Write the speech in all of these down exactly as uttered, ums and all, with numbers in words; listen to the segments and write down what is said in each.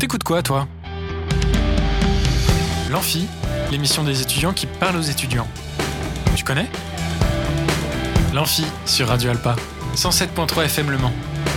T'écoutes quoi, toi ? L'Amphi, l'émission des étudiants qui parlent aux étudiants. Tu connais ? L'Amphi sur Radio Alpa, cent sept virgule trois F M Le Mans.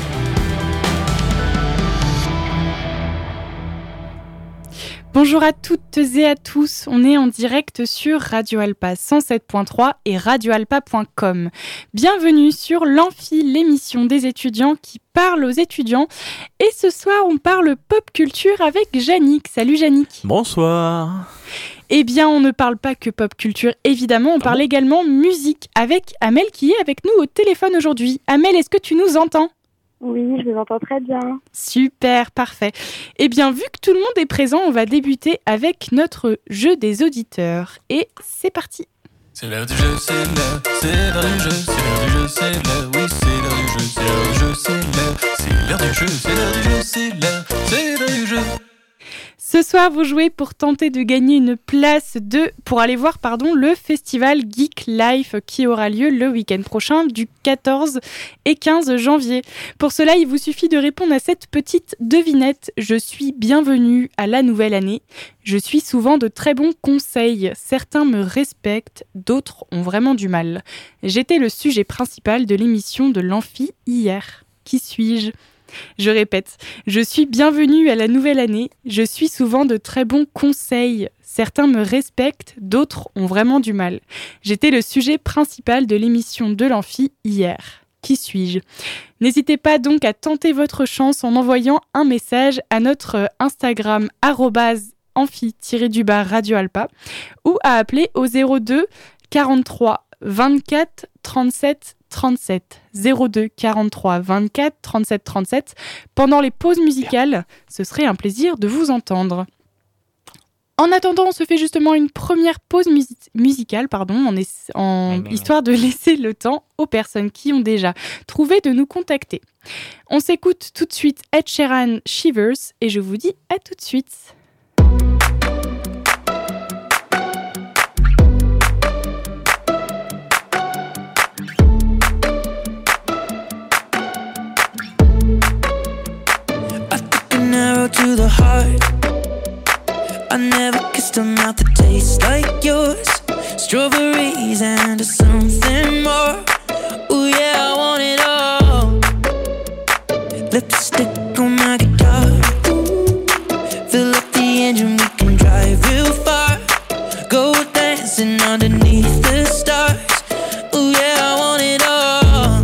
Bonjour à toutes et à tous, on est en direct sur Radio Alpa cent sept virgule trois et radio alpa point com. Bienvenue sur l'Amphi, l'émission des étudiants qui parle aux étudiants. Et ce soir, on parle pop culture avec Yannick. Salut Yannick. Bonsoir. Eh bien, on ne parle pas que pop culture, évidemment, on parle également musique avec Amel qui est avec nous au téléphone aujourd'hui. Amel, est-ce que tu nous entends ? Oui, je vous entends très bien. Super, parfait. Eh bien, vu que tout le monde est présent, on va débuter avec notre jeu des auditeurs. Et c'est parti. C'est l'heure du jeu, c'est l'heure, c'est l'heure du jeu, c'est l'heure du jeu, c'est l'heure, oui, c'est l'heure du jeu, c'est l'heure du jeu, c'est l'heure, c'est l'heure du jeu, c'est l'heure du jeu, c'est l'heure, c'est l'heure du jeu. Ce soir, vous jouez pour tenter de gagner une place de, pour aller voir pardon, le festival Geek Life qui aura lieu le week-end prochain du quatorze et quinze janvier. Pour cela, il vous suffit de répondre à cette petite devinette. Je suis bienvenue à la nouvelle année. Je suis souvent de très bons conseils. Certains me respectent, d'autres ont vraiment du mal. J'étais le sujet principal de l'émission de l'Amphi hier. Qui suis-je ? Je répète, je suis bienvenue à la nouvelle année, je suis souvent de très bons conseils. Certains me respectent, d'autres ont vraiment du mal. J'étais le sujet principal de l'émission de l'Amphi hier. Qui suis-je ? N'hésitez pas donc à tenter votre chance en envoyant un message à notre Instagram arobase amphi-du-bas Radio Alpa ou à appeler au zéro deux quarante-trois vingt-quatre trente-sept trente-sept zéro deux quarante-trois vingt-quatre trente-sept trente-sept. Pendant les pauses musicales, ce serait un plaisir de vous entendre. En attendant, on se fait justement une première pause musi- musicale, pardon, en, es- en Ah, histoire de laisser le temps aux personnes qui ont déjà trouvé de nous contacter. On s'écoute tout de suite Ed Sheeran Shivers et je vous dis à tout de suite. To the heart, I never kissed a mouth that tastes like yours. Strawberries and something more. Ooh yeah, I want it all. Lipstick on my guitar. Fill up the engine, we can drive real far. Go dancing underneath the stars. Ooh yeah, I want it all.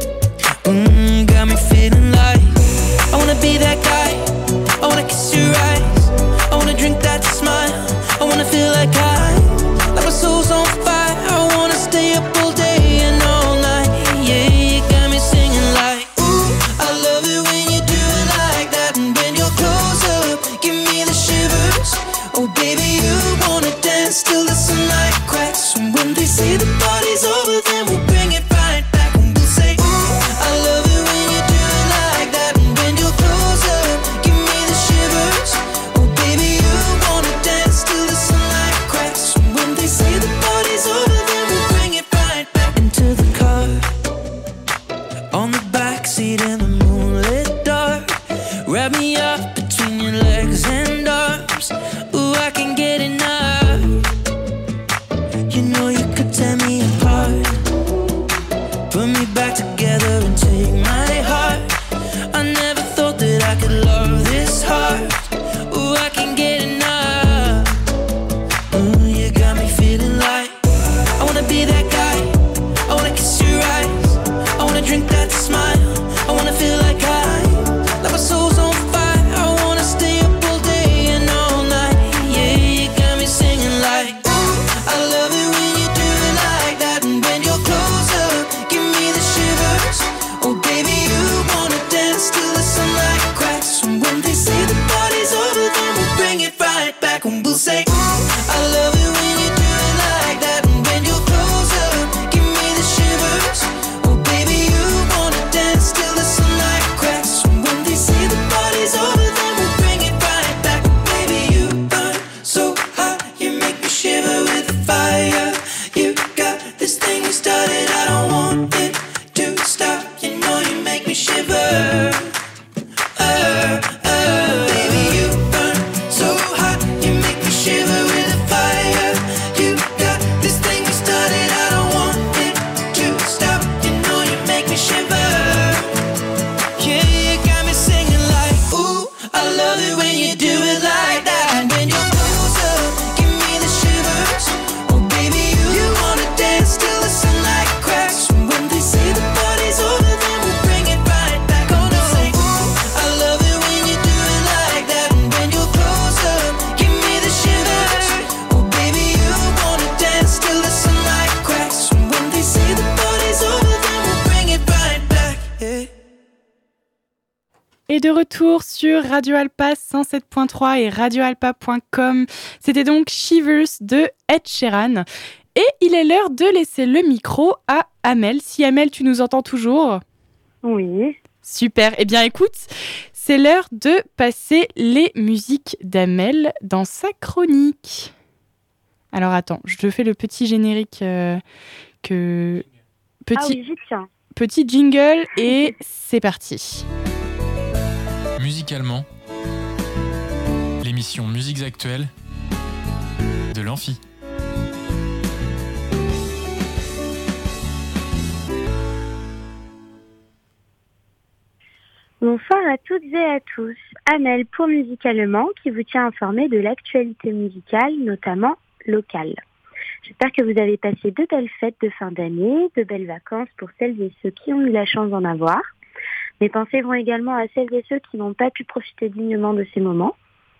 Mm, got me feeling like I wanna be that guy. I wanna kiss your eyes, I wanna drink that smile, I wanna feel like I, like my soul's on fire, I wanna stay up all day and all night, yeah, you got me singing like, ooh, I love it when you do it like that, and when you're close up, give me the shivers, oh baby, you wanna dance till the sunlight cracks, and when they say the party's over, then we'll bring it right back, and we'll say, ooh, I love it when you do it like that, and when you're close up, give me the shivers, oh baby, you wanna dance till the sunlight cracks, and when they say the party's over, then we'll bring it right back into the car, on the backseat in the moonlit dark, wrap me up between your legs and arms, ooh, I can get enough, you know you could tear me apart, put me back together and take my heart, I never thought that I could love this hard, ooh, I can get enough, ooh, you got me feeling like, I wanna be that guy, I wanna kiss your eyes, I wanna drink that smile, I wanna feel like I, like my soul's on fire, I wanna stay up all day and all night, yeah, you got me singing like, ooh, I love it when you do it like that, and when you're close up, give me the shivers, oh baby, you wanna dance till the sunlight cracks, and when they say the party's over, then we'll bring it you do it like that. And when you're closer, give me the shivers. Oh baby, you, you wanna dance till the sunlight cracks. And when they say the party's over, then we'll bring it right back. Oh no, say, ooh, I love it when you do it like that. And when you're closer, give me the shivers. Oh baby, you wanna dance till the sunlight cracks. And when they say the party's over, then we'll bring it right back. Yeah. Et de retour sur Radio Alpa cent sept point trois et radio alpa point com. C'était donc Shivers de Ed Sheeran. Et il est l'heure de laisser le micro à Amel. Si Amel, tu nous entends toujours ? Oui. Super. Eh bien écoute, c'est l'heure de passer les musiques d'Amel dans sa chronique. Alors attends, je te fais le petit générique euh, que... Petit, Ah oui, j'y tiens. petit jingle et c'est parti. Musicalement, l'émission Musiques Actuelles de l'Amphi. Bonsoir à toutes et à tous. Amel pour Musicalement qui vous tient informé de l'actualité musicale, notamment locale. J'espère que vous avez passé de belles fêtes de fin d'année, de belles vacances pour celles et ceux qui ont eu la chance d'en avoir. Mes pensées vont également à celles et ceux qui n'ont pas pu profiter dignement de ces moments.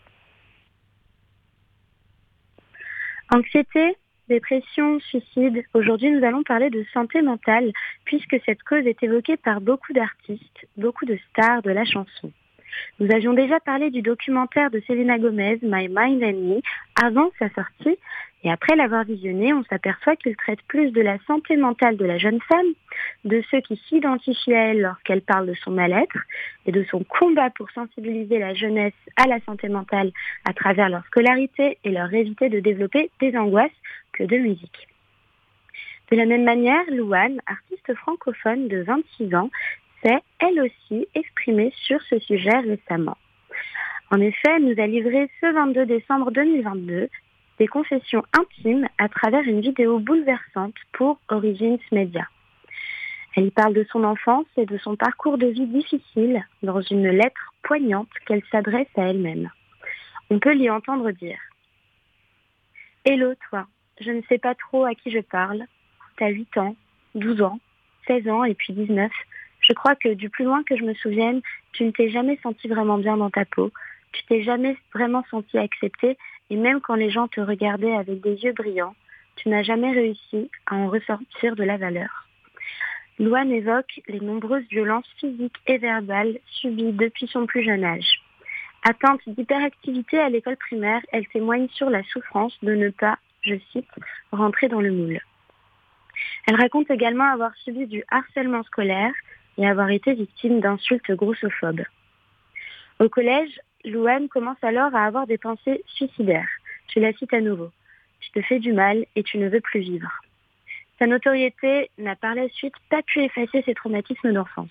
Anxiété, dépression, suicide. Aujourd'hui, nous allons parler de santé mentale, puisque cette cause est évoquée par beaucoup d'artistes, beaucoup de stars de la chanson. Nous avions déjà parlé du documentaire de Selena Gomez, My Mind and Me, avant sa sortie, et après l'avoir visionné, on s'aperçoit qu'il traite plus de la santé mentale de la jeune femme, de ceux qui s'identifient à elle lorsqu'elle parle de son mal-être, et de son combat pour sensibiliser la jeunesse à la santé mentale à travers leur scolarité et leur éviter de développer des angoisses que de musique. De la même manière, Louane, artiste francophone de vingt-six ans, s'est elle aussi exprimée sur ce sujet récemment. En effet, elle nous a livré ce vingt-deux décembre deux mille vingt-deux des confessions intimes à travers une vidéo bouleversante pour Origins Media. Elle y parle de son enfance et de son parcours de vie difficile dans une lettre poignante qu'elle s'adresse à elle-même. On peut l'y entendre dire « Hello toi, je ne sais pas trop à qui je parle. T'as huit ans, douze ans, seize ans et puis dix-neuf. Je crois que du plus loin que je me souvienne, tu ne t'es jamais senti vraiment bien dans ta peau. Tu t'es jamais vraiment senti accepté et même quand les gens te regardaient avec des yeux brillants, tu n'as jamais réussi à en ressortir de la valeur. » Louane évoque les nombreuses violences physiques et verbales subies depuis son plus jeune âge. Atteinte d'hyperactivité à l'école primaire, elle témoigne sur la souffrance de ne pas, je cite, rentrer dans le moule. Elle raconte également avoir subi du harcèlement scolaire et avoir été victime d'insultes grossophobes. Au collège, Louane commence alors à avoir des pensées suicidaires. Je la cite à nouveau. « Tu te fais du mal et tu ne veux plus vivre. » Sa notoriété n'a par la suite pas pu effacer ses traumatismes d'enfance.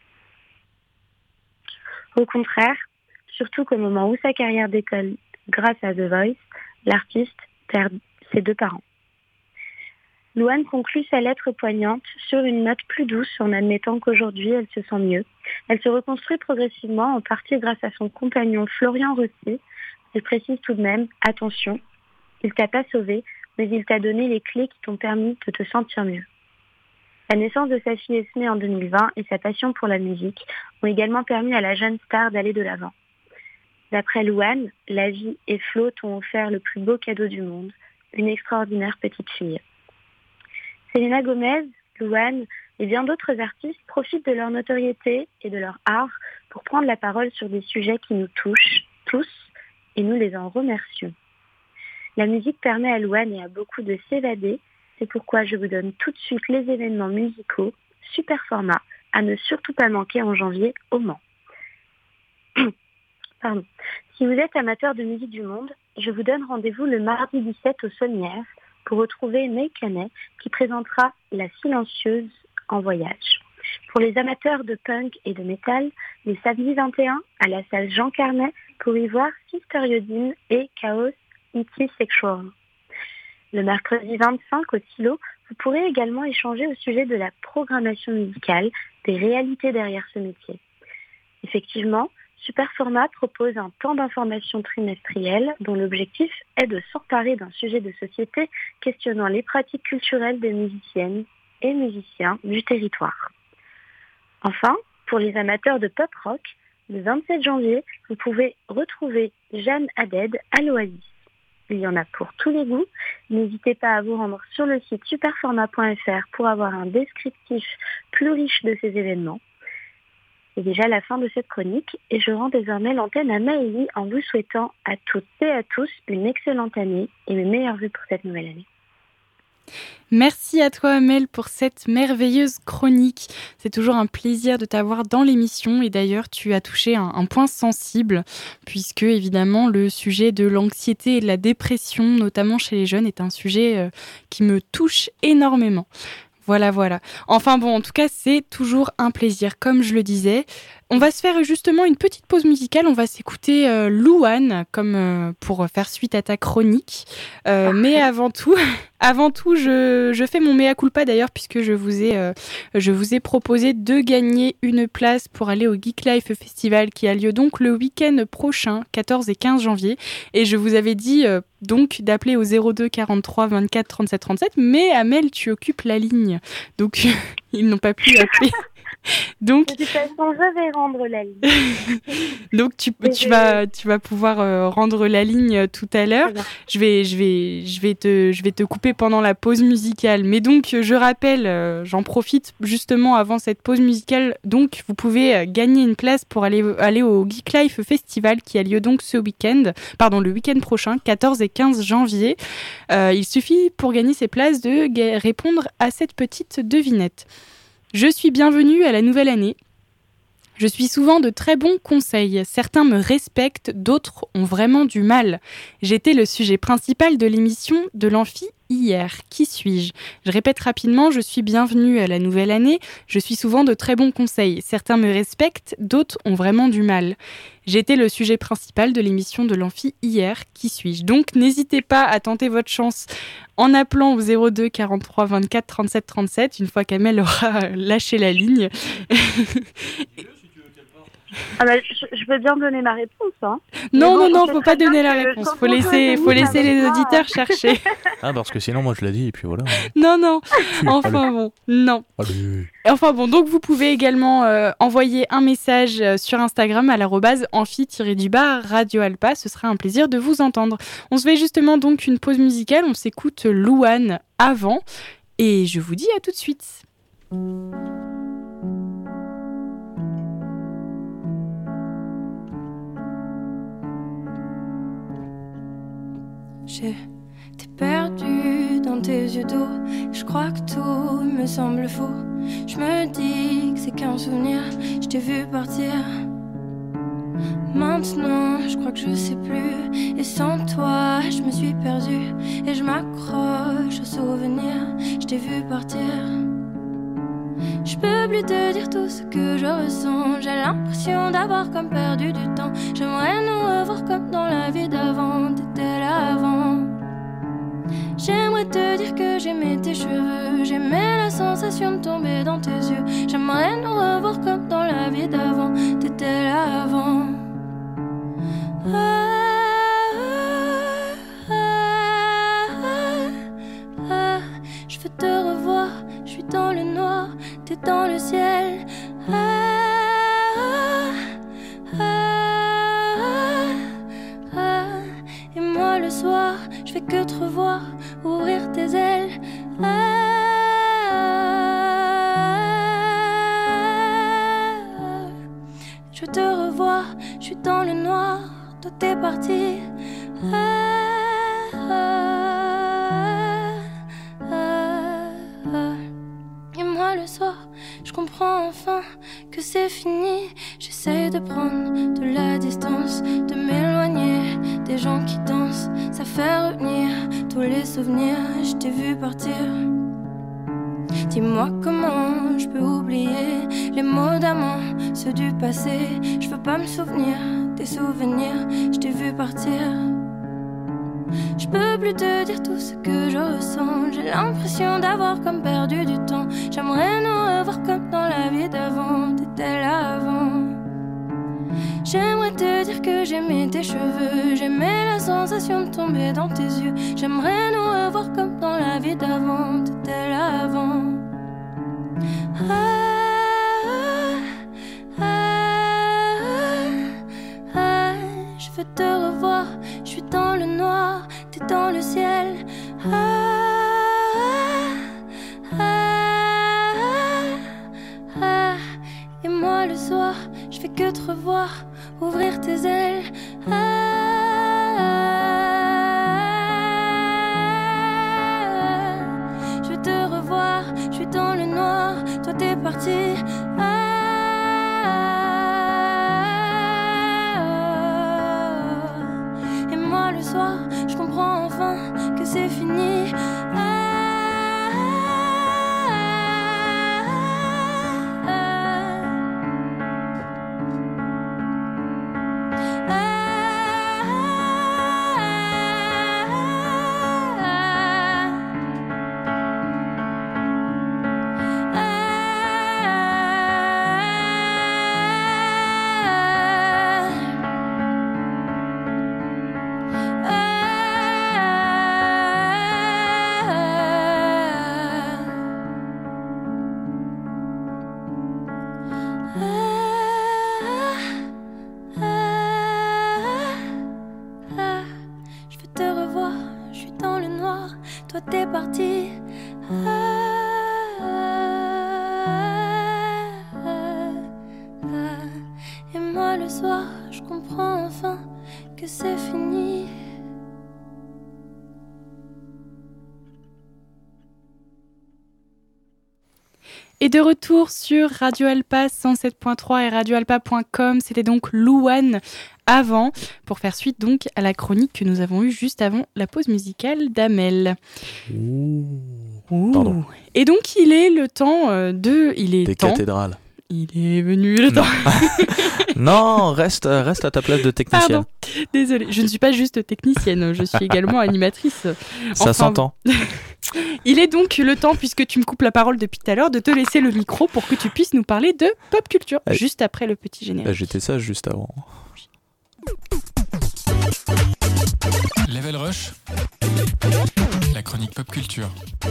Au contraire, surtout qu'au moment où sa carrière décolle grâce à The Voice, l'artiste perd ses deux parents. Louane conclut sa lettre poignante sur une note plus douce en admettant qu'aujourd'hui elle se sent mieux. Elle se reconstruit progressivement, en partie grâce à son compagnon Florian Rossi. Elle précise tout de même, attention, il t'a pas sauvé, mais il t'a donné les clés qui t'ont permis de te sentir mieux. La naissance de sa fille Esmée en deux mille vingt et sa passion pour la musique ont également permis à la jeune star d'aller de l'avant. D'après Louane, la vie et Flo t'ont offert le plus beau cadeau du monde, une extraordinaire petite fille. Selena Gomez, Louane et bien d'autres artistes profitent de leur notoriété et de leur art pour prendre la parole sur des sujets qui nous touchent tous et nous les en remercions. La musique permet à Louane et à beaucoup de s'évader, c'est pourquoi je vous donne tout de suite les événements musicaux, super format, à ne surtout pas manquer en janvier au Mans. Pardon. Si vous êtes amateur de musique du monde, je vous donne rendez-vous le mardi dix-sept au Saunières pour retrouver May Canet qui présentera La Silencieuse en voyage. Pour les amateurs de punk et de métal, le samedi vingt et un à la salle Jean Carnet pour y voir Sister Yodine et Chaos It Sexual. Le mercredi vingt-cinq au Silo, vous pourrez également échanger au sujet de la programmation musicale, des réalités derrière ce métier. Effectivement, Superformat propose un temps d'information trimestriel dont l'objectif est de s'emparer d'un sujet de société questionnant les pratiques culturelles des musiciennes et musiciens du territoire. Enfin, pour les amateurs de pop rock, le vingt-sept janvier, vous pouvez retrouver Jeanne Haddad à l'Oasis. Il y en a pour tous les goûts. N'hésitez pas à vous rendre sur le site superformat point f r pour avoir un descriptif plus riche de ces événements. C'est déjà la fin de cette chronique et je rends désormais l'antenne à Maëlie en vous souhaitant à toutes et à tous une excellente année et mes meilleurs vœux pour cette nouvelle année. Merci à toi Amel pour cette merveilleuse chronique. C'est toujours un plaisir de t'avoir dans l'émission et d'ailleurs tu as touché un, un point sensible puisque évidemment le sujet de l'anxiété et de la dépression notamment chez les jeunes est un sujet euh, qui me touche énormément. Voilà, voilà. Enfin bon, en tout cas, c'est toujours un plaisir, comme je le disais. On va se faire justement une petite pause musicale. On va s'écouter euh, Louane, comme euh, pour faire suite à ta chronique. Euh, mais avant tout, avant tout, je, je fais mon mea culpa d'ailleurs, puisque je vous ai, euh, je vous ai proposé de gagner une place pour aller au Geek Life Festival, qui a lieu donc le week-end prochain, quatorze et quinze janvier. Et je vous avais dit euh, donc d'appeler au zéro deux quarante-trois vingt-quatre trente-sept trente-sept. Mais Amel, tu occupes la ligne, donc ils n'ont pas pu appeler. Donc, de toute façon, je vais rendre la ligne. Donc tu, tu, vas, tu vas pouvoir euh, rendre la ligne tout à l'heure. Je vais, je, vais, je, vais te, je vais te couper pendant la pause musicale. Mais donc, je rappelle, euh, j'en profite justement avant cette pause musicale. Donc, vous pouvez euh, gagner une place pour aller, aller au Geek Life Festival qui a lieu donc ce week-end, pardon, le week-end prochain, quatorze et quinze janvier. Euh, il suffit pour gagner ces places de ga- répondre à cette petite devinette. Je suis bienvenue à la nouvelle année. Je suis souvent de très bons conseils. Certains me respectent, d'autres ont vraiment du mal. J'étais le sujet principal de l'émission de l'Amphi hier. Qui suis-je ? Je répète rapidement, je suis bienvenue à la nouvelle année. Je suis souvent de très bons conseils. Certains me respectent, d'autres ont vraiment du mal. J'étais le sujet principal de l'émission de l'Amphi hier. Qui suis-je ? Donc n'hésitez pas à tenter votre chance en appelant au zéro deux quarante-trois vingt-quatre trente-sept trente-sept une fois qu'Amel aura lâché la ligne. Ah bah, je, je veux bien donner ma réponse. Hein. Non, bon, non, non, faut pas donner la réponse. Faut laisser, faut laisser les auditeurs chercher. Ah, parce que sinon, moi, je l'ai dit, et puis voilà. Non, non. Enfin bon, non. Allez. Enfin bon, donc vous pouvez également euh, envoyer un message euh, sur Instagram à l'arobase amphi-du-bas Radio Alpa. Ce sera un plaisir de vous entendre. On se fait justement donc une pause musicale. On s'écoute Louane avant. Et je vous dis à tout de suite. J'étais perdue dans tes yeux d'eau. Je crois que tout me semble faux. Je me dis que c'est qu'un souvenir. Je t'ai vu partir. Maintenant, je crois que je sais plus. Et sans toi, je me suis perdue. Et je m'accroche aux souvenirs. Je t'ai vu partir. Je peux plus te dire tout ce que je ressens. J'ai l'impression d'avoir comme perdu du temps. J'aimerais nous revoir comme dans la vie d'avant. T'étais là avant. J'aimerais te dire que j'aimais tes cheveux. J'aimais la sensation de tomber dans tes yeux. J'aimerais nous revoir comme dans la vie d'avant. T'étais là avant. Ah, ah, ah, ah. Je veux te revoir. Je suis dans le noir. T'es dans le ciel. Ah, ah, ah, ah. Et moi le soir, je fais que te revoir, ouvrir tes ailes. Ah, ah, je veux te revoir, je suis dans le noir, toi t'es parti. Ah, ah, ah, ah. Et moi le soir, je comprends enfin que c'est fini. J'essaie de prendre de la distance, de m'éloigner des gens qui dansent. Ça fait revenir tous les souvenirs. Je t'ai vu partir. Dis-moi comment je peux oublier les mots d'amant, ceux du passé. Je veux pas me souvenir des souvenirs. Je t'ai vu partir. Je peux plus te dire tout ce que je ressens. J'ai l'impression d'avoir comme perdu du temps. J'aimerais nous revoir comme dans la vie d'avant. T'étais là avant. J'aimerais te dire que j'aimais tes cheveux, j'aimais la sensation de tomber dans tes yeux. J'aimerais nous revoir comme dans la vie d'avant, t'étais là avant. Ah, ah, ah, ah, je veux te revoir, je suis dans le noir, t'es dans le ciel. Ah, ah, ah, ah, et moi le soir, je fais que te revoir, ouvrir tes ailes. Ah, je veux te revoir, je suis dans le noir, toi t'es parti. Ah, et moi le soir, je comprends enfin que c'est fini. Et de retour sur Radio Alpa cent sept point trois et radio alpa point com, c'était donc Louane avant, pour faire suite donc à la chronique que nous avons eue juste avant la pause musicale d'Amel. Ouh. Ouh. Pardon. Et donc il est le temps euh, de... Il est Des temps. cathédrales. Il est venu le Non. temps. Non, reste, reste à ta place de technicienne. Pardon, désolée, je ne suis pas juste technicienne, je suis également animatrice. Ça Enfin, s'entend. Il est donc le temps, puisque tu me coupes la parole depuis tout à l'heure, de te laisser le micro pour que tu puisses nous parler de pop culture, Allez. juste après le petit générique. Bah, j'étais sage juste avant. Level Rush, la chronique pop culture.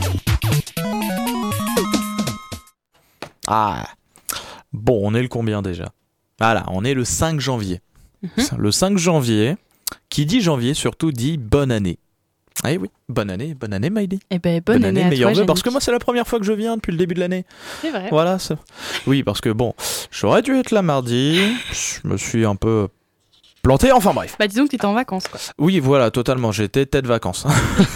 Ah. Bon, on est le combien déjà ? Voilà, on est le cinq janvier. Mhm. Le cinq janvier, qui dit janvier surtout dit bonne année. Eh oui, bonne année, bonne année Maïli. Eh ben, bonne, année, à meilleurs toi, vœux, parce que Yannick. moi c'est la première fois que je viens depuis le début de l'année. C'est vrai. Voilà. c'est- Oui, parce que bon, j'aurais dû être là mardi, je me suis un peu planté, enfin bref. Bah disons que t'étais en vacances, quoi. Oui, voilà, totalement, j'étais tête vacances.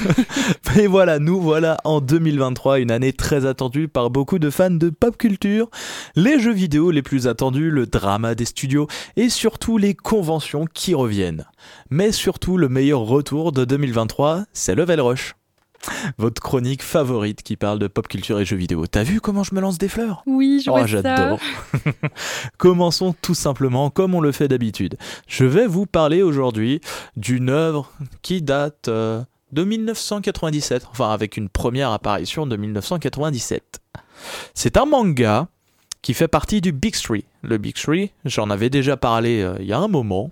Mais voilà, nous voilà en deux mille vingt-trois, une année très attendue par beaucoup de fans de pop culture, les jeux vidéo les plus attendus, le drama des studios et surtout les conventions qui reviennent. Mais surtout, le meilleur retour de deux mille vingt-trois, c'est Level Rush. Votre chronique favorite qui parle de pop culture et jeux vidéo. T'as vu comment je me lance des fleurs ? Oui, je vois Oh, ça. j'adore. Commençons tout simplement comme on le fait d'habitude. Je vais vous parler aujourd'hui d'une œuvre qui date euh, de dix-neuf cent quatre-vingt-dix-sept, enfin avec une première apparition de dix-neuf cent quatre-vingt-dix-sept. C'est un manga qui fait partie du Big Three. Le Big Three, j'en avais déjà parlé euh, il y a un moment.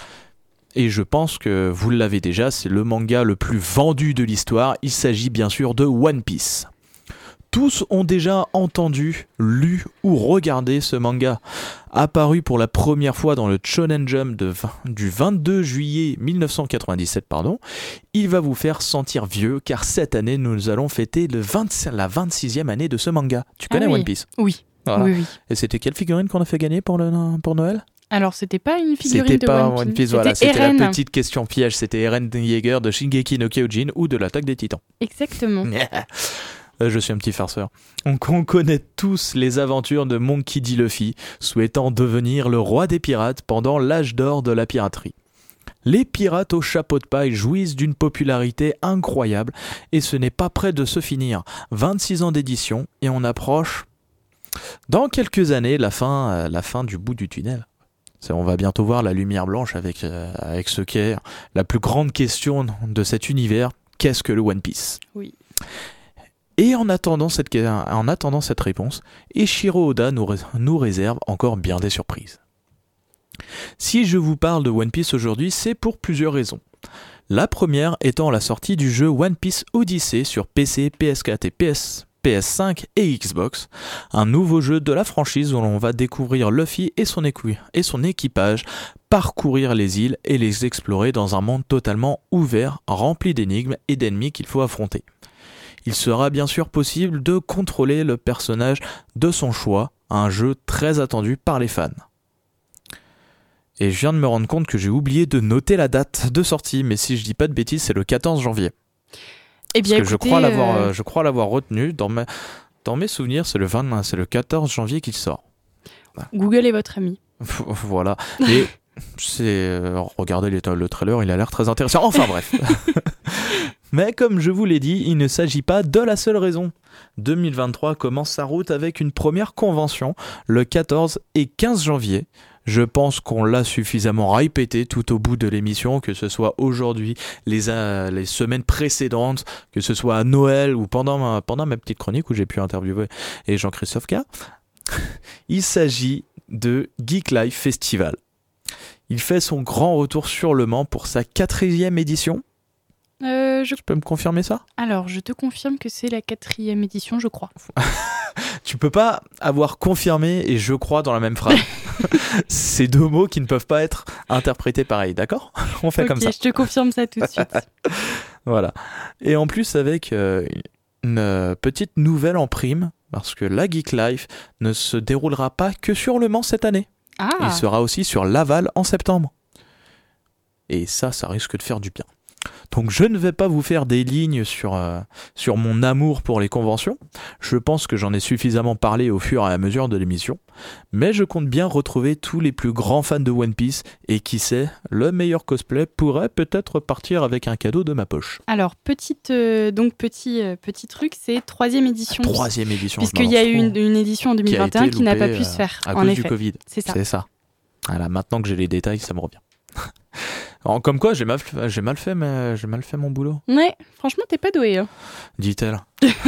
Et je pense que vous l'avez déjà, c'est le manga le plus vendu de l'histoire. Il s'agit bien sûr de One Piece. Tous ont déjà entendu, lu ou regardé ce manga. Apparu pour la première fois dans le Shonen Jump de vingt du vingt-deux juillet mille neuf cent quatre-vingt-dix-sept, pardon, il va vous faire sentir vieux car cette année nous allons fêter le vingt, la vingt-sixième année de ce manga. Tu connais Ah oui. One Piece ? Oui. Voilà. Oui, oui. Et c'était quelle figurine qu'on a fait gagner pour, le, pour Noël ? Alors, c'était pas une figurine C'était de pas One Piece, One Piece, voilà, c'était Eren. la petite question piège. C'était Eren Yeager de Shingeki no Kyojin ou de l'Attaque des Titans. Exactement. Euh, Je suis un petit farceur. Donc, on connaît tous les aventures de Monkey D. Luffy, souhaitant devenir le roi des pirates pendant l'âge d'or de la piraterie. Les pirates au chapeau de paille jouissent d'une popularité incroyable et ce n'est pas près de se finir. vingt-six ans d'édition et on approche dans quelques années la fin, euh, la fin du bout du tunnel. C'est- On va bientôt voir la lumière blanche avec, euh, avec ce qu'est la plus grande question de cet univers. Qu'est-ce que le One Piece ? Oui. Et en attendant cette, en attendant cette réponse, Eiichiro Oda nous, ré- nous réserve encore bien des surprises. Si je vous parle de One Piece aujourd'hui, c'est pour plusieurs raisons. La première étant la sortie du jeu One Piece Odyssey sur P C, P S quatre et P S, P S cinq et Xbox, un nouveau jeu de la franchise où l'on va découvrir Luffy et son, écu- et son équipage parcourir les îles et les explorer dans un monde totalement ouvert, rempli d'énigmes et d'ennemis qu'il faut affronter. Il sera bien sûr possible de contrôler le personnage de son choix, un jeu très attendu par les fans. Et je viens de me rendre compte que j'ai oublié de noter la date de sortie, mais si je dis pas de bêtises, c'est le quatorze janvier. Eh bien, Parce que écoutez, je crois l'avoir, euh, euh, je crois l'avoir retenu. Dans, ma, dans mes souvenirs, c'est le, vingt, c'est le quatorze janvier qu'il sort. Google est votre ami. Voilà. Et c'est, euh, regardez les, le trailer, il a l'air très intéressant. Enfin bref. Mais comme je vous l'ai dit, il ne s'agit pas de la seule raison. deux mille vingt-trois commence sa route avec une première convention le quatorze et quinze janvier. Je pense qu'on l'a suffisamment répété tout au bout de l'émission, que ce soit aujourd'hui, les, euh, les semaines précédentes, que ce soit à Noël ou pendant ma, pendant ma petite chronique où j'ai pu interviewer et Jean-Christophe K. Il s'agit de Geek Life Festival. Il fait son grand retour sur Le Mans pour sa quatrième édition. Euh, je... Tu peux me confirmer ça ? Alors, je te confirme que c'est la quatrième édition, je crois. Tu peux pas avoir confirmé et je crois dans la même phrase. C'est deux mots qui ne peuvent pas être interprétés pareil, d'accord ? On fait Ok, comme ça. je te confirme ça tout de suite. Voilà. Et en plus avec euh, une euh, petite nouvelle en prime, parce que la Geek Life ne se déroulera pas que sur Le Mans cette année. Ah, Il sera aussi sur Laval en septembre. Et ça, ça risque de faire du bien. Donc je ne vais pas vous faire des lignes sur, euh, sur mon amour pour les conventions. Je pense que j'en ai suffisamment parlé au fur et à mesure de l'émission. Mais je compte bien retrouver tous les plus grands fans de One Piece. Et qui sait, le meilleur cosplay pourrait peut-être partir avec un cadeau de ma poche. alors, petite, euh, donc petit, euh, petit truc, c'est troisième édition. Troisième édition. je Puisqu'il y a eu m'avance une, une édition en deux trop, mille vingt et un qui, a été qui n'a pas loupée, pu se faire, euh, à en cause effet. du Covid. C'est ça. C'est ça. Voilà, maintenant que j'ai les détails, ça me revient. Alors, comme quoi, j'ai mal, j'ai mal fait, mais j'ai mal fait mon boulot. Ouais, franchement, t'es pas doué. Hein. Dit-elle.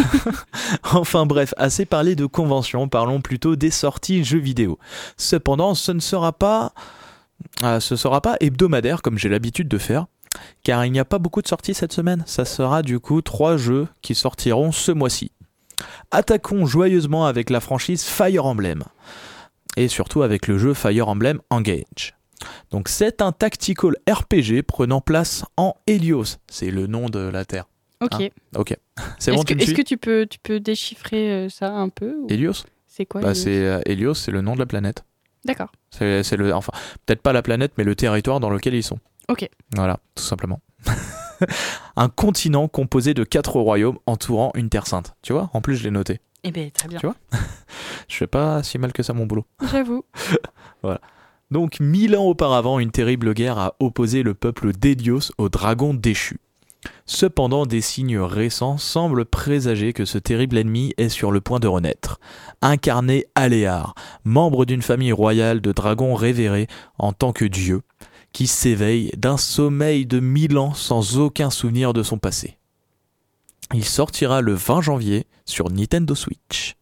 Enfin bref, assez parlé de conventions, parlons plutôt des sorties jeux vidéo. Cependant, ce ne sera pas, euh, ce sera pas hebdomadaire comme j'ai l'habitude de faire, car il n'y a pas beaucoup de sorties cette semaine. Ça sera du coup trois jeux qui sortiront ce mois-ci. Attaquons joyeusement avec la franchise Fire Emblem, et surtout avec le jeu Fire Emblem Engage. Donc c'est un tactical R P G prenant place en Helios, c'est le nom de la Terre. Ok. Hein Ok, c'est Est-ce bon, que, tu me est-ce suis que tu peux, tu peux déchiffrer euh, ça un peu ou... Helios C'est quoi bah, Helios c'est euh, Helios, c'est le nom de la planète. D'accord. C'est, c'est le, enfin, peut-être pas la planète, mais le territoire dans lequel ils sont. Ok. Voilà, tout simplement. Un continent composé de quatre royaumes entourant une terre sainte. Tu vois, en plus je l'ai noté. Eh ben très bien. Tu vois Je fais pas si mal que ça mon boulot. J'avoue. Voilà. Donc, mille ans auparavant, une terrible guerre a opposé le peuple d'Hélios aux dragons déchus. Cependant, des signes récents semblent présager que ce terrible ennemi est sur le point de renaître. Incarné Aléar, membre d'une famille royale de dragons révérés en tant que dieu, qui s'éveille d'un sommeil de mille ans sans aucun souvenir de son passé. Il sortira le vingt janvier sur Nintendo Switch.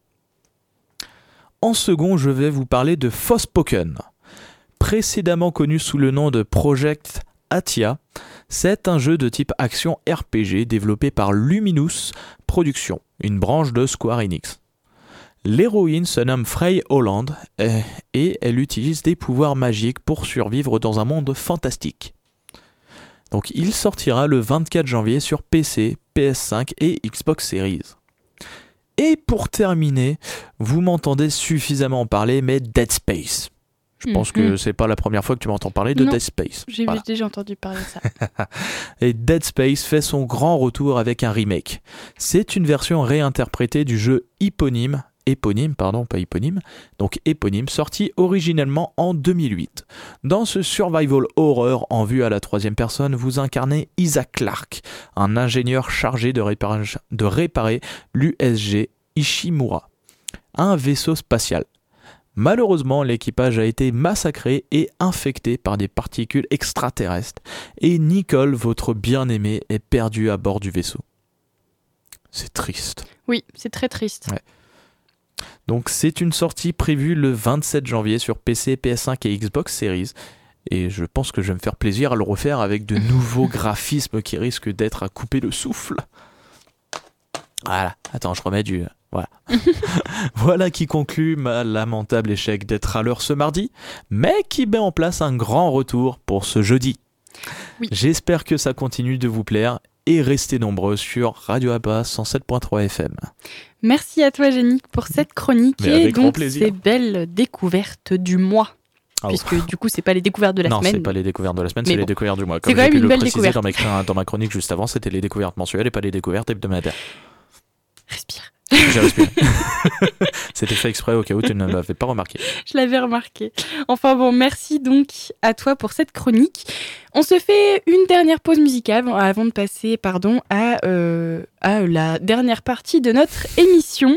En second, je vais vous parler de Forspoken. Précédemment connu sous le nom de Project Atia, c'est un jeu de type action R P G développé par Luminous Productions, une branche de Square Enix. L'héroïne se nomme Frey Holland et, et elle utilise des pouvoirs magiques pour survivre dans un monde fantastique. Donc il sortira le vingt-quatre janvier sur P C, P S cinq et Xbox Series. Et pour terminer, vous m'entendez suffisamment parler, mais Dead Space. Je pense que c'est pas la première fois que tu m'entends parler de Non, Dead Space. J'ai Voilà. déjà entendu parler de ça. Et Dead Space fait son grand retour avec un remake. C'est une version réinterprétée du jeu éponyme, éponyme, pardon, pas éponyme, donc éponyme, sorti originellement en deux mille huit. Dans ce survival horror en vue à la troisième personne, vous incarnez Isaac Clarke, un ingénieur chargé de réparer, de réparer l'U S G Ishimura, un vaisseau spatial. Malheureusement, l'équipage a été massacré et infecté par des particules extraterrestres et Nicole, votre bien-aimée, est perdue à bord du vaisseau. C'est triste. Oui, c'est très triste. Ouais. Donc c'est une sortie prévue le vingt-sept janvier sur P C, P S cinq et Xbox Series. Et je pense que je vais me faire plaisir à le refaire avec de nouveaux graphismes qui risquent d'être à couper le souffle. Voilà, attends, je remets du... Voilà. Voilà qui conclut ma lamentable échec d'être à l'heure ce mardi, mais qui met en place un grand retour pour ce jeudi. Oui. J'espère que ça continue de vous plaire et restez nombreux sur Radio Alpa cent sept point trois F M. Merci à toi, Génique, pour cette chronique mais et donc ces belles découvertes du mois. Oh. Puisque du coup, c'est pas les découvertes de la non, semaine. Non, c'est pas les découvertes de la semaine, mais c'est bon. Les découvertes du mois. Comme c'est quand même une belle découverte. Dans, mes, dans ma chronique juste avant, c'était les découvertes mensuelles et pas les découvertes hebdomadaires. Respire. J'ai respiré. C'était fait exprès au cas où tu ne l'avais pas remarqué. Je l'avais remarqué. Enfin bon, merci donc à toi pour cette chronique. On se fait une dernière pause musicale avant de passer pardon, à, euh, à la dernière partie de notre émission.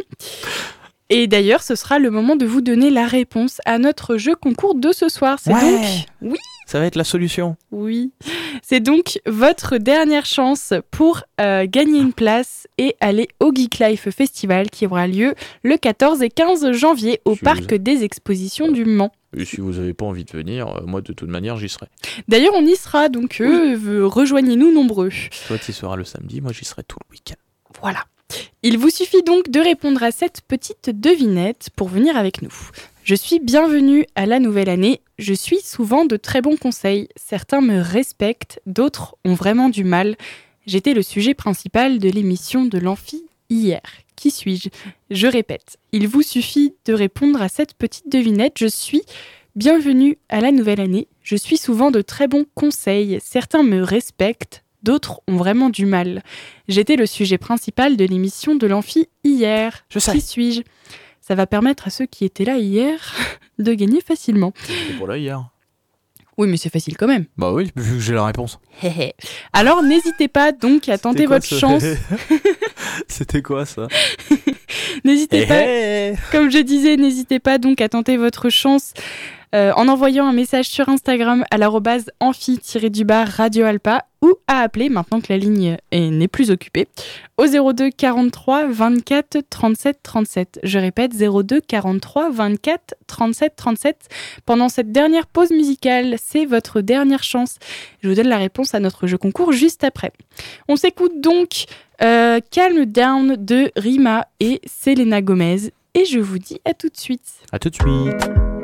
Et d'ailleurs, ce sera le moment de vous donner la réponse à notre jeu concours de ce soir. C'est ouais. donc... Oui. Ça va être la solution. Oui. C'est donc votre dernière chance pour euh, gagner une place et aller au Geek Life Festival qui aura lieu le quatorze et quinze janvier au si Parc vous... des Expositions du Mans. Et si vous n'avez pas envie de venir, euh, moi de toute manière j'y serai. D'ailleurs, on y sera, donc euh, oui. rejoignez-nous nombreux. Toi tu y seras le samedi, moi j'y serai tout le week-end. Voilà. Il vous suffit donc de répondre à cette petite devinette pour venir avec nous. Je suis bienvenue à la nouvelle année. Je suis souvent de très bons conseils. Certains me respectent, d'autres ont vraiment du mal. J'étais le sujet principal de l'émission de l'Amphi hier. Qui suis-je ? Je répète, il vous suffit de répondre à cette petite devinette. Je suis bienvenue à la nouvelle année. Je suis souvent de très bons conseils. Certains me respectent, d'autres ont vraiment du mal. J'étais le sujet principal de l'émission de l'Amphi hier. Je sais. Qui suis-je ? Ça va permettre à ceux qui étaient là hier de gagner facilement. J'étais pour là hier. Oui, mais c'est facile quand même. Bah oui, vu que j'ai la réponse. Alors n'hésitez pas donc à tenter votre ce... chance. C'était quoi ça ? N'hésitez pas, comme je disais, n'hésitez pas donc à tenter votre chance euh, en envoyant un message sur Instagram à l'arobase amphi-du-bas Radio Alpa ou à appeler, maintenant que la ligne est, n'est plus occupée, au zéro deux quarante-trois vingt-quatre trente-sept trente-sept. Je répète, zéro deux quarante-trois vingt-quatre trente-sept trente-sept. Pendant cette dernière pause musicale, c'est votre dernière chance. Je vous donne la réponse à notre jeu concours juste après. On s'écoute donc euh, Calm Down de Rima et Selena Gomez. Et je vous dis à tout de suite. À tout de suite.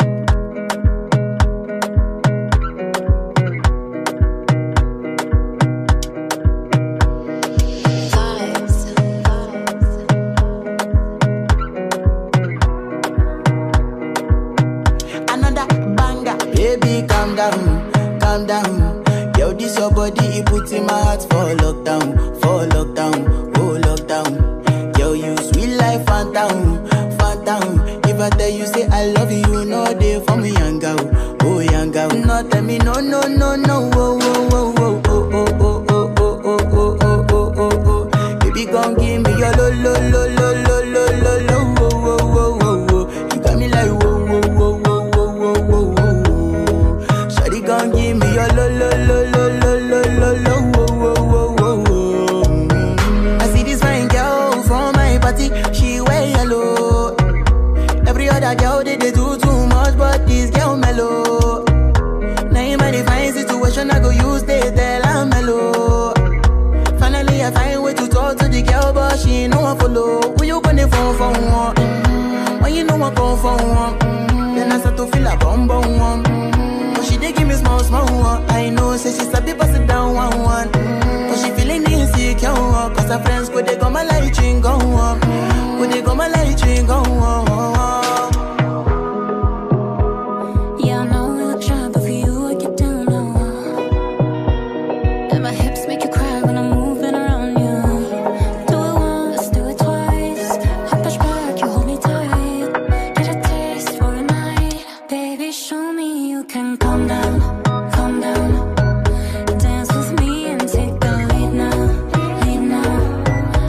Calm down, calm down. Yo, this your body, it puts in my heart for lockdown, for lockdown, oh lockdown. Yo, you sweet life, phantom, phantom. If I tell you say I love you, you know they for me, young girl, oh young girl. No, tell me no, no, no, no, oh, oh, oh, oh, oh, oh, oh, oh, oh, oh, oh, oh, oh, oh. Baby, come give me your lo, lo, lo, lo, lo, lo, lo, lo, oh, oh, oh, oh, oh. You got me like whoa, whoa, whoa, whoa. Gon' give me your lo lo lo lo lo lo lo lo wo wo wo wo wo. Mm-hmm. I see this fine girl from my party, she wear yellow. Every other girl they, they do too much, but this girl mellow. Now in my divine situation, I go use they tell her mellow. Finally I find way to talk to the girl, but she ain't no one follow. Who you gonna phone for one? Mm-hmm. When you know I come for one, mm-hmm. Then I start to feel a bum bum one. She dey give me small, small one. I know, say she sabi pass it down one, one. Mm-hmm. But she feeling insecure, uh, cause her friends go they go my light ring go on. Go they go my light ring go on. Yeah, I know we look shy, but for you I get down low. And my hips make you cry when I'm moving around you. Do it once, do it twice. I push back, you hold me tight. Get a taste for a night. Baby, show me you can calm down, calm down. Dance with me and take the lead now, lead now.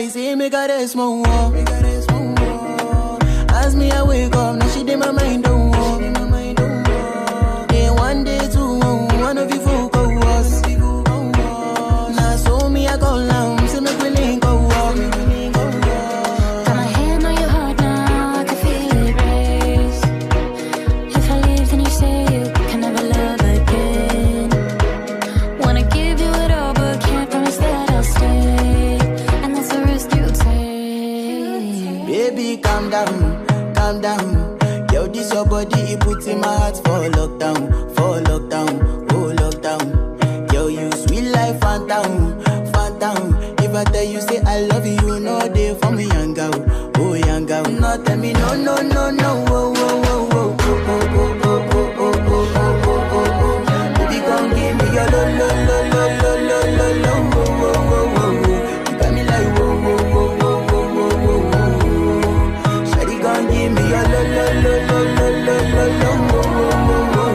like say make her rest more. Make her rest more. As me I wake up, now she dey my mind don't walk. Day one, day two, one of you folk go us. Now so me I call now, say make we link go walk. Got my hand on your heart now, I can feel it race. If I leave, then you say you can never love again. Wanna give you it all, but can't promise that I'll stay. And that's the risk you take. Baby, calm down, calm down. Yo, this your body, it puts in my heart for lockdown, for lockdown, oh lockdown. Yo, you sweet life, phantom, phantom. If I tell you say I love you, you know they for me young girl, oh young girl. No, tell me no, no, no, no, oh, oh, oh, oh, oh, oh, oh, oh, oh, oh, oh, oh, oh, oh. Baby, come give me your lo, lo, lo, lo, lo, lo, lo, lo, oh, oh, oh, oh, oh. You got me like whoa, whoa, whoa, whoa, whoa, whoa, whoa, whoa. Shawty, come give me your lo, lo, lo, lo, lo, lo, lo, lo, oh, oh, oh, oh, oh.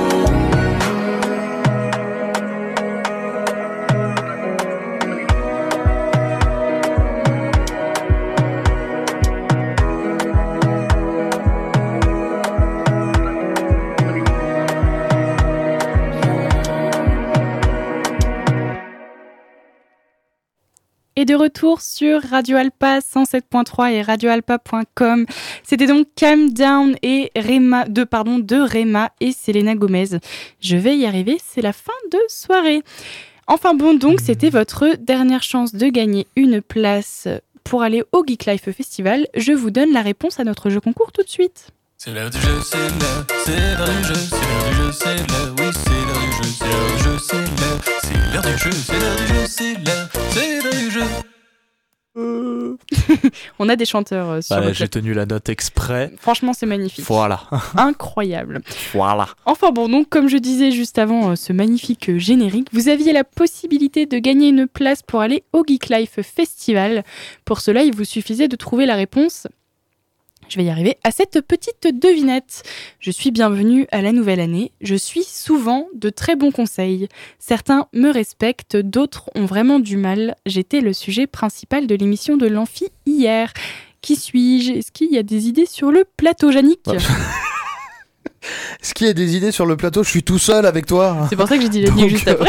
Et de retour sur Radio Alpa cent sept point trois et radio alpa point com. C'était donc Calm Down et Rema, de, pardon, de Rema et Selena Gomez. Je vais y arriver, c'est la fin de soirée. Enfin bon, donc c'était votre dernière chance de gagner une place pour aller au Geek Life Festival. Je vous donne la réponse à notre jeu concours tout de suite. C'est l'heure du jeu, c'est l'heure, c'est l'heure du jeu, c'est l'heure du jeu, c'est l'heure, oui, c'est l'heure du jeu, c'est l'heure du jeu, c'est l'heure, c'est l'heure du jeu, c'est l'heure du jeu, c'est l'heure, c'est l'heure du jeu. Euh... On a des chanteurs euh, sur bah, le j'ai chat. tenu la note exprès. Franchement, c'est magnifique. Voilà. Incroyable. Voilà. Enfin bon, donc comme je disais juste avant euh, ce magnifique euh, générique, vous aviez la possibilité de gagner une place pour aller au Geek Life Festival. Pour cela, il vous suffisait de trouver la réponse. Je vais y arriver à cette petite devinette. Je suis bienvenue à la nouvelle année. Je suis souvent de très bons conseils. Certains me respectent, d'autres ont vraiment du mal. J'étais le sujet principal de l'émission de l'Amphi hier. Qui suis-je ? Est-ce qu'il y a des idées sur le plateau, Yannick ? Ouais. Est-ce qu'il y a des idées sur le plateau ? Je suis tout seul avec toi. C'est pour ça que j'ai dit Yannick juste après.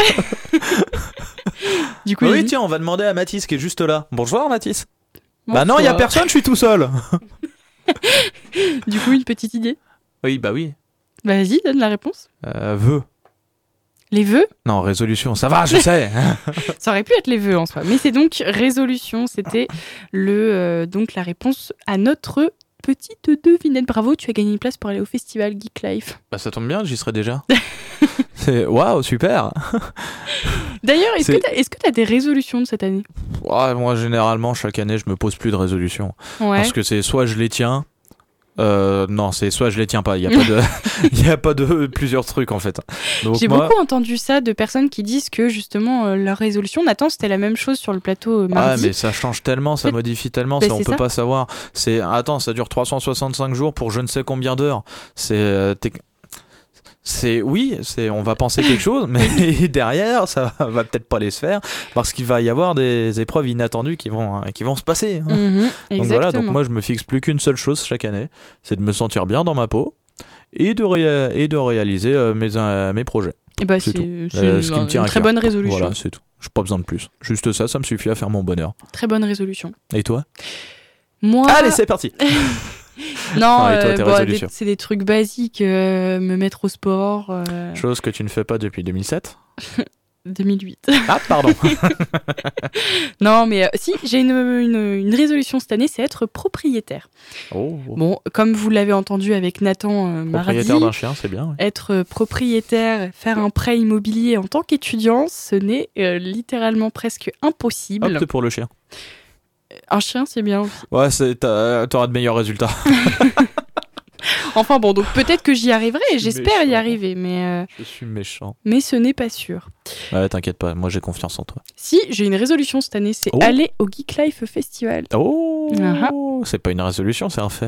Du coup, oui, Yannick... tiens, on va demander à Mathis qui est juste là. Bonjour Mathis. Bonsoir. Bah non, il y a personne, je suis tout seul. Du coup, une petite idée ? Oui, bah oui. Bah vas-y, donne la réponse. Euh, vœux. Les vœux ? Non, résolution, ça va, je sais. Ça aurait pu être les vœux en soi. Mais c'est donc résolution, c'était le, euh, donc la réponse à notre petite devinette. Bravo, tu as gagné une place pour aller au festival Geek Life. Bah ça tombe bien, j'y serai déjà. C'est... Waouh, super. D'ailleurs, est-ce c'est... que tu as est-ce que tu as des résolutions de cette année ? Ouais, moi, généralement, chaque année, je me pose plus de résolutions. Ouais. Parce que c'est soit je les tiens... Euh, non, c'est soit je les tiens pas. Il y a pas de, il y a pas de plusieurs trucs en fait. Donc J'ai moi... beaucoup entendu ça de personnes qui disent que justement euh, leur résolution. Nathan, c'était la même chose sur le plateau euh, mardi. Ah mais ça change tellement, ça mais... modifie tellement, bah, ça, on peut ça. pas savoir. C'est attends, ça dure trois cent soixante-cinq jours pour je ne sais combien d'heures. C'est euh, t'es... C'est oui, c'est on va penser quelque chose, mais derrière ça va peut-être pas les se faire parce qu'il va y avoir des épreuves inattendues qui vont qui vont se passer. Hein. Mmh, donc voilà, donc moi je me fixe plus qu'une seule chose chaque année, c'est de me sentir bien dans ma peau et de ré- et de réaliser euh, mes euh, mes projets. Et bah c'est, c'est, tout. c'est Euh, une, ce qui me tient une à très cœur. bonne résolution. Voilà, c'est tout. J'ai pas besoin de plus. Juste ça, ça me suffit à faire mon bonheur. Très bonne résolution. Et toi ? Moi. Allez, c'est parti. Non, Ah, et toi, euh, tes bon, résolutions des, c'est des trucs basiques, euh, me mettre au sport. Euh, Chose que tu ne fais pas depuis deux mille sept. deux mille huit. Ah, pardon. Non, mais euh, si, j'ai une, une, une résolution cette année, c'est être propriétaire. Oh. Bon, comme vous l'avez entendu avec Nathan euh, Propriétaire mardi, d'un chien, c'est bien. Ouais. être propriétaire, faire un prêt immobilier en tant qu'étudiant, ce n'est euh, littéralement presque impossible. Hop, c'est pour le chien. Un chien, c'est bien aussi. Ouais, c'est, t'as, t'auras de meilleurs résultats. Enfin bon, donc peut-être que j'y arriverai, et j'espère méchant. y arriver, mais, euh, Je suis méchant. mais ce n'est pas sûr. Ouais, t'inquiète pas, moi j'ai confiance en toi. Si, j'ai une résolution cette année, c'est Oh. aller au Geek Life Festival. Oh, Uh-huh. c'est pas une résolution, c'est un fait.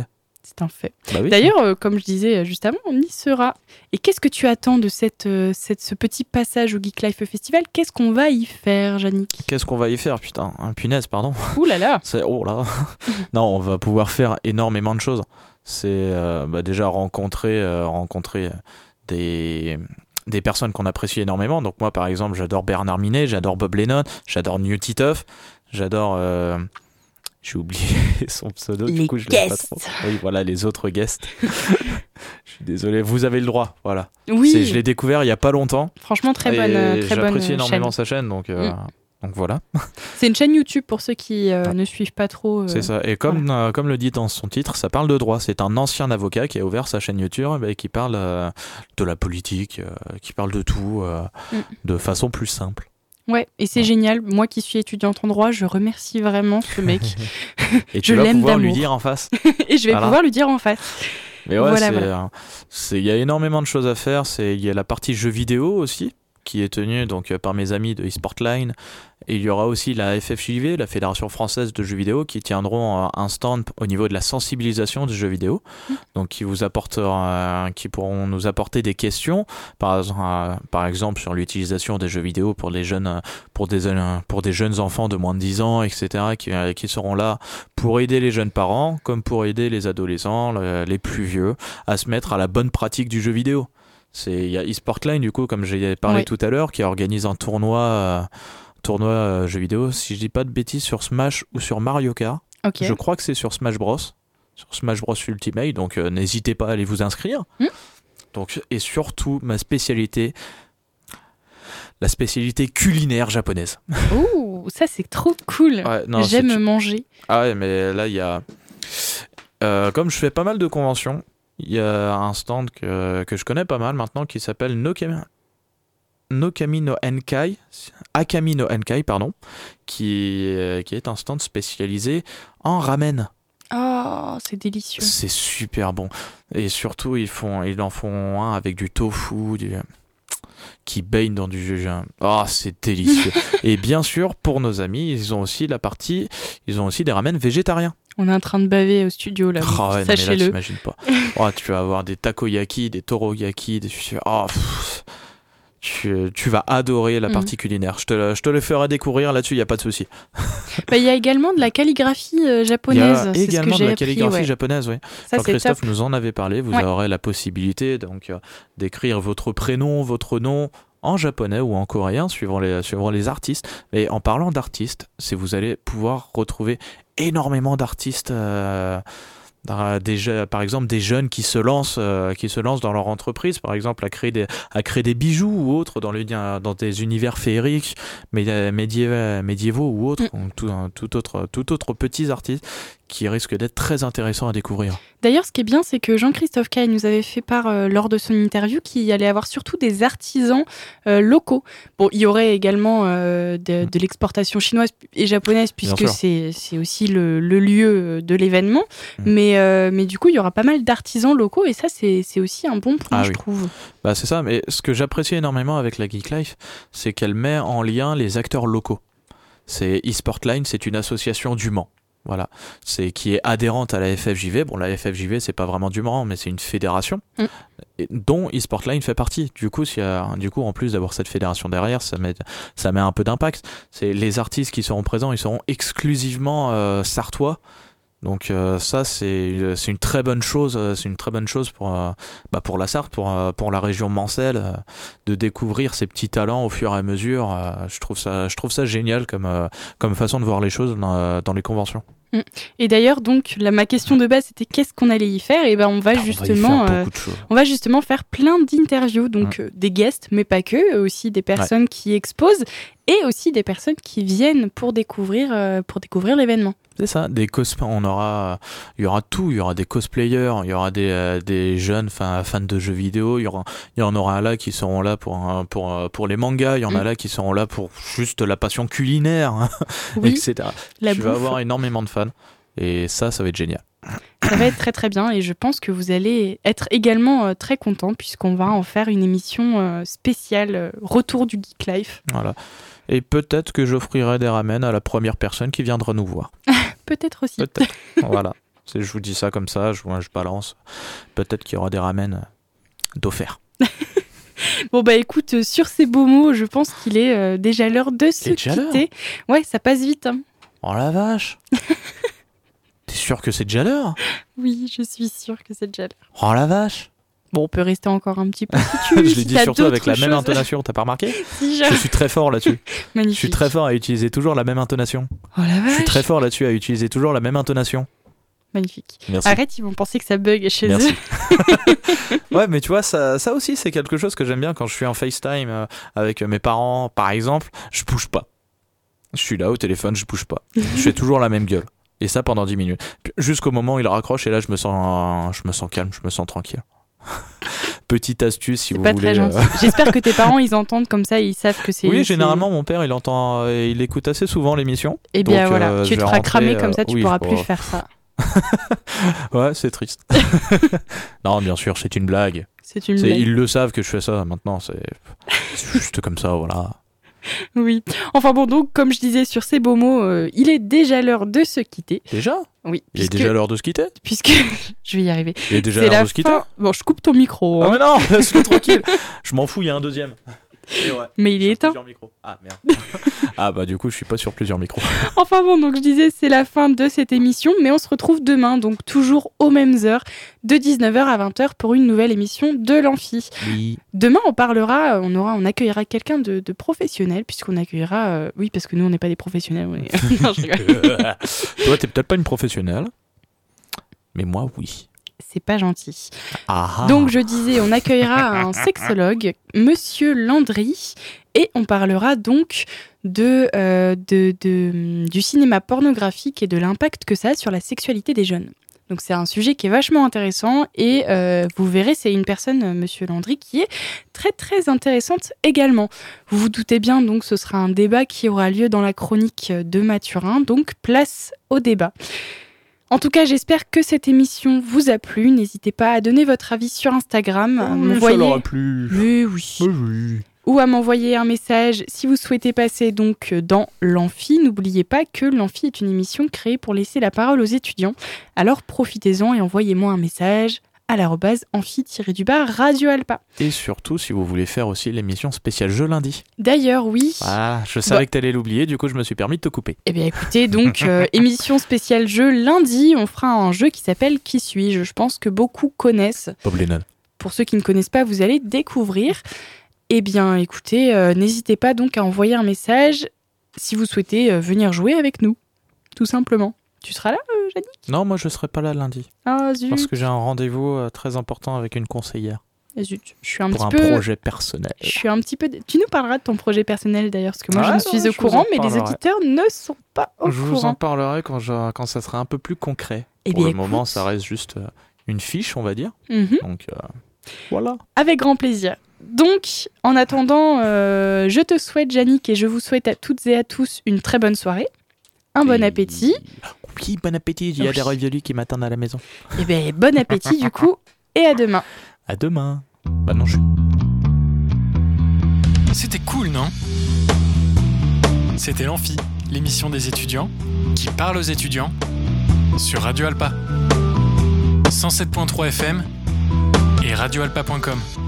C'est un fait. Bah oui. D'ailleurs, euh, comme je disais juste avant, on y sera. Et qu'est-ce que tu attends de cette, euh, cette, ce petit passage au Geek Life Festival ? Qu'est-ce qu'on va y faire, Yannick ? Qu'est-ce qu'on va y faire, putain, un punaise, pardon. Ouh là là. C'est oh là. Non, on va pouvoir faire énormément de choses. C'est euh, bah, déjà rencontrer, euh, rencontrer des des personnes qu'on apprécie énormément. Donc moi, par exemple, j'adore Bernard Minet, j'adore Bob Lennon, j'adore New Titeuf, j'adore. Euh... J'ai oublié son pseudo, les du coup je l'ai pas guests. trop. Oui, voilà, les autres guests. Je suis désolé, vous avez le droit, voilà. Oui. C'est, je l'ai découvert il y a pas longtemps. Franchement, très bonne, et très bonne j'apprécie énormément chaîne. sa chaîne, donc, euh, Mm. donc voilà. C'est une chaîne YouTube pour ceux qui euh, Ouais. ne suivent pas trop. euh, C'est ça. Et comme, euh, comme le dit dans son titre, ça parle de droit. C'est un ancien avocat qui a ouvert sa chaîne YouTube et qui parle euh, de la politique, euh, qui parle de tout euh, Mm. de façon plus simple. Ouais, et c'est génial. Moi qui suis étudiante en droit, je remercie vraiment ce mec. Et tu Je vas l'aime pouvoir lui d'amour. dire en face. Et je vais Voilà. pouvoir lui dire en face. Mais ouais, Voilà, c'est, voilà. euh, c'est, il y a énormément de choses à faire. C'est, il y a la partie jeux vidéo aussi, qui est tenue donc euh, par mes amis de eSportline. Et il y aura aussi la F F J V, la Fédération Française de Jeux Vidéo, qui tiendront euh, un stand au niveau de la sensibilisation des jeux vidéo. Mmh. Donc qui vous apportera, euh, qui pourront nous apporter des questions, par, euh, par exemple sur l'utilisation des jeux vidéo pour les jeunes, euh, pour des, euh, pour des jeunes enfants de moins de dix ans, et cetera, qui, euh, qui seront là pour aider les jeunes parents, comme pour aider les adolescents, le- les plus vieux, à se mettre à la bonne pratique du jeu vidéo. C'est, il y a eSportline, du coup, comme j'ai parlé Oui. tout à l'heure, qui organise un tournoi, euh, tournoi euh, jeux vidéo, si je dis pas de bêtises, sur Smash ou sur Mario Kart. Ok. Je crois que c'est sur Smash Bros. Sur Smash Bros Ultimate, donc euh, n'hésitez pas à aller vous inscrire. Hmm. Donc, et surtout, ma spécialité, la spécialité culinaire japonaise. Ouh, ça c'est trop cool. Ouais, non, J'aime c'est- manger. Ah ouais, mais là, il y a... Euh, comme je fais pas mal de conventions, il y a un stand que, que je connais pas mal maintenant qui s'appelle Nokami, Nokami no Enkai, Akami no Enkai, pardon, qui, euh, qui est un stand spécialisé en ramen. Oh, c'est délicieux. C'est super bon. Et surtout, ils, font, ils en font un avec du tofu, du... qui baigne dans du jus. Oh, c'est délicieux. Et bien sûr, pour nos amis, ils ont aussi la partie, ils ont aussi des ramen végétariens. On est en train de baver au studio là. Oh ouais, non, mais là, Sachez-le. t'imagines pas. Oh, tu vas avoir des takoyaki, des toroyaki, des... Oh, pff, tu, tu vas adorer la Mhm. partie culinaire. Je te, le- je te le ferai découvrir là-dessus, il n'y a pas de souci. Bah, il y a également de la calligraphie euh, Il y japonaise. a c'est ce également que j'ai de la appris, calligraphie ouais. japonaise, oui. Ça Quand c'est Christophe top. nous en avait parlé, vous Ouais. aurez la possibilité donc, euh, d'écrire votre prénom, votre nom en japonais ou en coréen, suivant les, suivant les artistes. Et en parlant d'artistes, c'est vous allez pouvoir retrouver énormément d'artistes, euh, dans des, je- par exemple des jeunes qui se lancent, euh, qui se lancent dans leur entreprise, par exemple à créer des, à créer des bijoux ou autres dans, le, dans des univers féeriques, mé- médiévaux, médiévaux ou autres, Mm. ou tout, tout, autre, tout autre petits artistes qui risquent d'être très intéressants à découvrir. D'ailleurs, ce qui est bien, c'est que Jean-Christophe Caille nous avait fait part euh, lors de son interview qu'il y allait avoir surtout des artisans euh, locaux. Bon, il y aurait également euh, de, de l'exportation chinoise et japonaise, puisque sûr. c'est, c'est aussi le, le lieu de l'événement. Mm. Mais, euh, mais du coup, il y aura pas mal d'artisans locaux et ça, c'est, c'est aussi un bon point, Ah je oui. trouve. Bah c'est ça, mais ce que j'apprécie énormément avec la Geek Life, c'est qu'elle met en lien les acteurs locaux. C'est eSportline, c'est une association du Mans. Voilà, c'est qui est adhérente à la F F J V. Bon, la F F J V, c'est pas vraiment du Mans, mais c'est une fédération Mm. et- dont eSportline fait partie. Du coup, s'il y a, du coup, en plus d'avoir cette fédération derrière, ça met, ça met un peu d'impact. C'est les artistes qui seront présents, ils seront exclusivement euh, sartois. Donc euh, ça, c'est, c'est une très bonne chose. euh, C'est une très bonne chose pour, euh, bah, pour la Sarthe, pour, euh, pour la région mancelle, euh, de découvrir ces petits talents au fur et à mesure. Euh, je trouve ça, je trouve ça génial comme, euh, comme façon de voir les choses dans, euh, dans les conventions. Et d'ailleurs, donc, là, ma question de base, c'était qu'est-ce qu'on allait y faire ? Et ben, on va Ah, on va y justement... faire euh, beaucoup de choses. On va justement faire plein d'interviews, donc euh, des guests, mais pas que, aussi des personnes qui exposent et aussi des personnes qui viennent pour découvrir, euh, pour découvrir l'événement. C'est ça, des cosp- on aura, il y aura tout, il y aura des cosplayers, il y aura des, euh, des jeunes fans, fans de jeux vidéo, il y aura, il y en aura là qui seront là pour, euh, pour, euh, pour les mangas, il y en a Mm. là qui seront là pour juste la passion culinaire, hein, Oui, et cetera. la Tu vas bouffe, avoir énormément de fans, et ça, ça va être génial. ça va être très très bien et je pense que vous allez être également euh, très contents puisqu'on va en faire une émission euh, spéciale, euh, retour du Geek Life. Voilà. Et peut-être que j'offrirai des ramen à la première personne qui viendra nous voir. Peut-être aussi. Peut-être. Voilà. C'est, je vous dis ça comme ça, je, moi, je balance. Peut-être qu'il y aura des ramen d'offert. Bon bah écoute, euh, sur ces beaux mots, je pense qu'il est euh, déjà l'heure de se déjà quitter. Ouais, ça passe vite. Hein. Oh la vache. T'es sûr que c'est déjà l'heure? Oui, je suis sûre que c'est déjà l'heure. Oh la vache. Bon, on peut rester encore un petit peu si tu veux. Je si l'ai dit t'as surtout avec la d'autres même choses. intonation, t'as pas remarqué? Si, je... Je suis très fort là-dessus. Magnifique. Je suis très fort à utiliser toujours la même intonation. Oh la vache. Je suis très fort là-dessus à utiliser toujours la même intonation. Magnifique. Merci. Arrête, ils vont penser que ça bug chez Merci. eux. Ouais, mais tu vois, ça, ça aussi, c'est quelque chose que j'aime bien quand je suis en FaceTime euh, avec mes parents, par exemple. Je bouge pas. Je suis là au téléphone, je bouge pas. Je fais toujours la même gueule. Et ça pendant dix minutes. Puis, jusqu'au moment où il raccroche, et là, je me sens, je me sens calme, je me sens tranquille. Petite astuce si C'est vous pas voulez. très gentil. euh, J'espère que tes parents, ils entendent comme ça, ils savent que c'est... Oui, c'est- généralement, mon père, il entend, euh, il écoute assez souvent l'émission. Eh bien Donc, voilà, euh, tu je te vais feras rentrer, cramer euh, comme ça, tu oui, pourras je plus pourrai- faire ça. Ouais, c'est triste. Non, bien sûr, c'est une blague. C'est une C'est- blague. ils le savent que je fais ça maintenant, c'est c'est juste comme ça, voilà. Oui. Enfin bon, donc, comme je disais sur ces beaux mots, euh, il est déjà l'heure de se quitter. Déjà? Oui. Il est puisque- déjà l'heure de se quitter? Puisque... je vais y arriver. Il est déjà C'est l'heure la de se quitter? fin... Bon, je coupe ton micro. Ah hein. mais non, laisse-le tranquille. Je m'en fous, il y a un deuxième. Et ouais, Mais il est sur éteint. plusieurs micros. Ah merde. Ah bah du coup, je suis pas sur plusieurs micros. Enfin bon, donc je disais, c'est la fin de cette émission, mais on se retrouve demain, donc toujours aux mêmes heures, de dix-neuf heures à vingt heures pour une nouvelle émission de l'Amphi. Oui. Demain, on parlera, on aura, on accueillera quelqu'un de, de professionnel, puisqu'on accueillera, euh, oui, parce que nous, on n'est pas des professionnels. on est- Non, je rigole. Toi, t'es peut-être pas une professionnelle, mais moi, oui. C'est pas gentil. Ah. Donc je disais, on accueillera un sexologue, Monsieur Landry, et on parlera donc de, euh, de, de- du cinéma pornographique et de l'impact que ça a sur la sexualité des jeunes. Donc c'est un sujet qui est vachement intéressant et euh, vous verrez, c'est une personne, euh, Monsieur Landry, qui est très très intéressante également. Vous vous doutez bien, donc ce sera un débat qui aura lieu dans la chronique de Mathurin, donc place au débat. En tout cas, j'espère que cette émission vous a plu. N'hésitez pas à donner votre avis sur Instagram, à Oui, ça m'envoyer... l'aura plu. Mais oui. Oui, oui. Ou à m'envoyer un message si vous souhaitez passer donc dans l'Amphi. N'oubliez pas que l'Amphi est une émission créée pour laisser la parole aux étudiants. Alors profitez-en et envoyez-moi un message à l'arobase amphi-du-bas Radio Alpa. Et surtout, si vous voulez faire aussi l'émission spéciale jeu lundi. D'ailleurs, oui. Ah, je savais Bah. que t'allais l'oublier, du coup, je me suis permis de te couper. Eh bien écoutez, donc euh, émission spéciale jeu lundi, on fera un jeu qui s'appelle Qui suis-je ? Je pense que beaucoup connaissent. Bob Lennon. Pour ceux qui ne connaissent pas, vous allez découvrir. Eh bien écoutez, euh, n'hésitez pas donc à envoyer un message si vous souhaitez euh, venir jouer avec nous, tout simplement. Tu seras là, euh, Jannick ? Non, moi, je serai pas là lundi. Ah zut. Parce que j'ai un rendez-vous euh, très important avec une conseillère. Ah, zut. Je suis un Pour un petit peu... projet personnel. Je suis un petit peu... Tu nous parleras de ton projet personnel d'ailleurs, parce que moi Ouais, je ne ouais, suis je au vous en courant, mais les parlerai. auditeurs ne sont pas au Je vous en courant. parlerai quand, je, quand ça sera un peu plus concret. Eh Pour bien, le moment, écoute. ça reste juste euh, une fiche, on va dire. Mhm. Donc, euh, voilà. Avec grand plaisir. Donc, en attendant, euh, je te souhaite, Jannick, et je vous souhaite à toutes et à tous une très bonne soirée, un bon Et- appétit. Oui, bon appétit. Il y a Oui. des raviolis qui m'attendent à la maison. Et bien, bon appétit du coup, et à demain. À demain. Bah non, je... C'était cool, non? C'était l'Amphi, l'émission des étudiants qui parle aux étudiants sur Radio Alpa. cent sept point trois F M et radio alpa point com.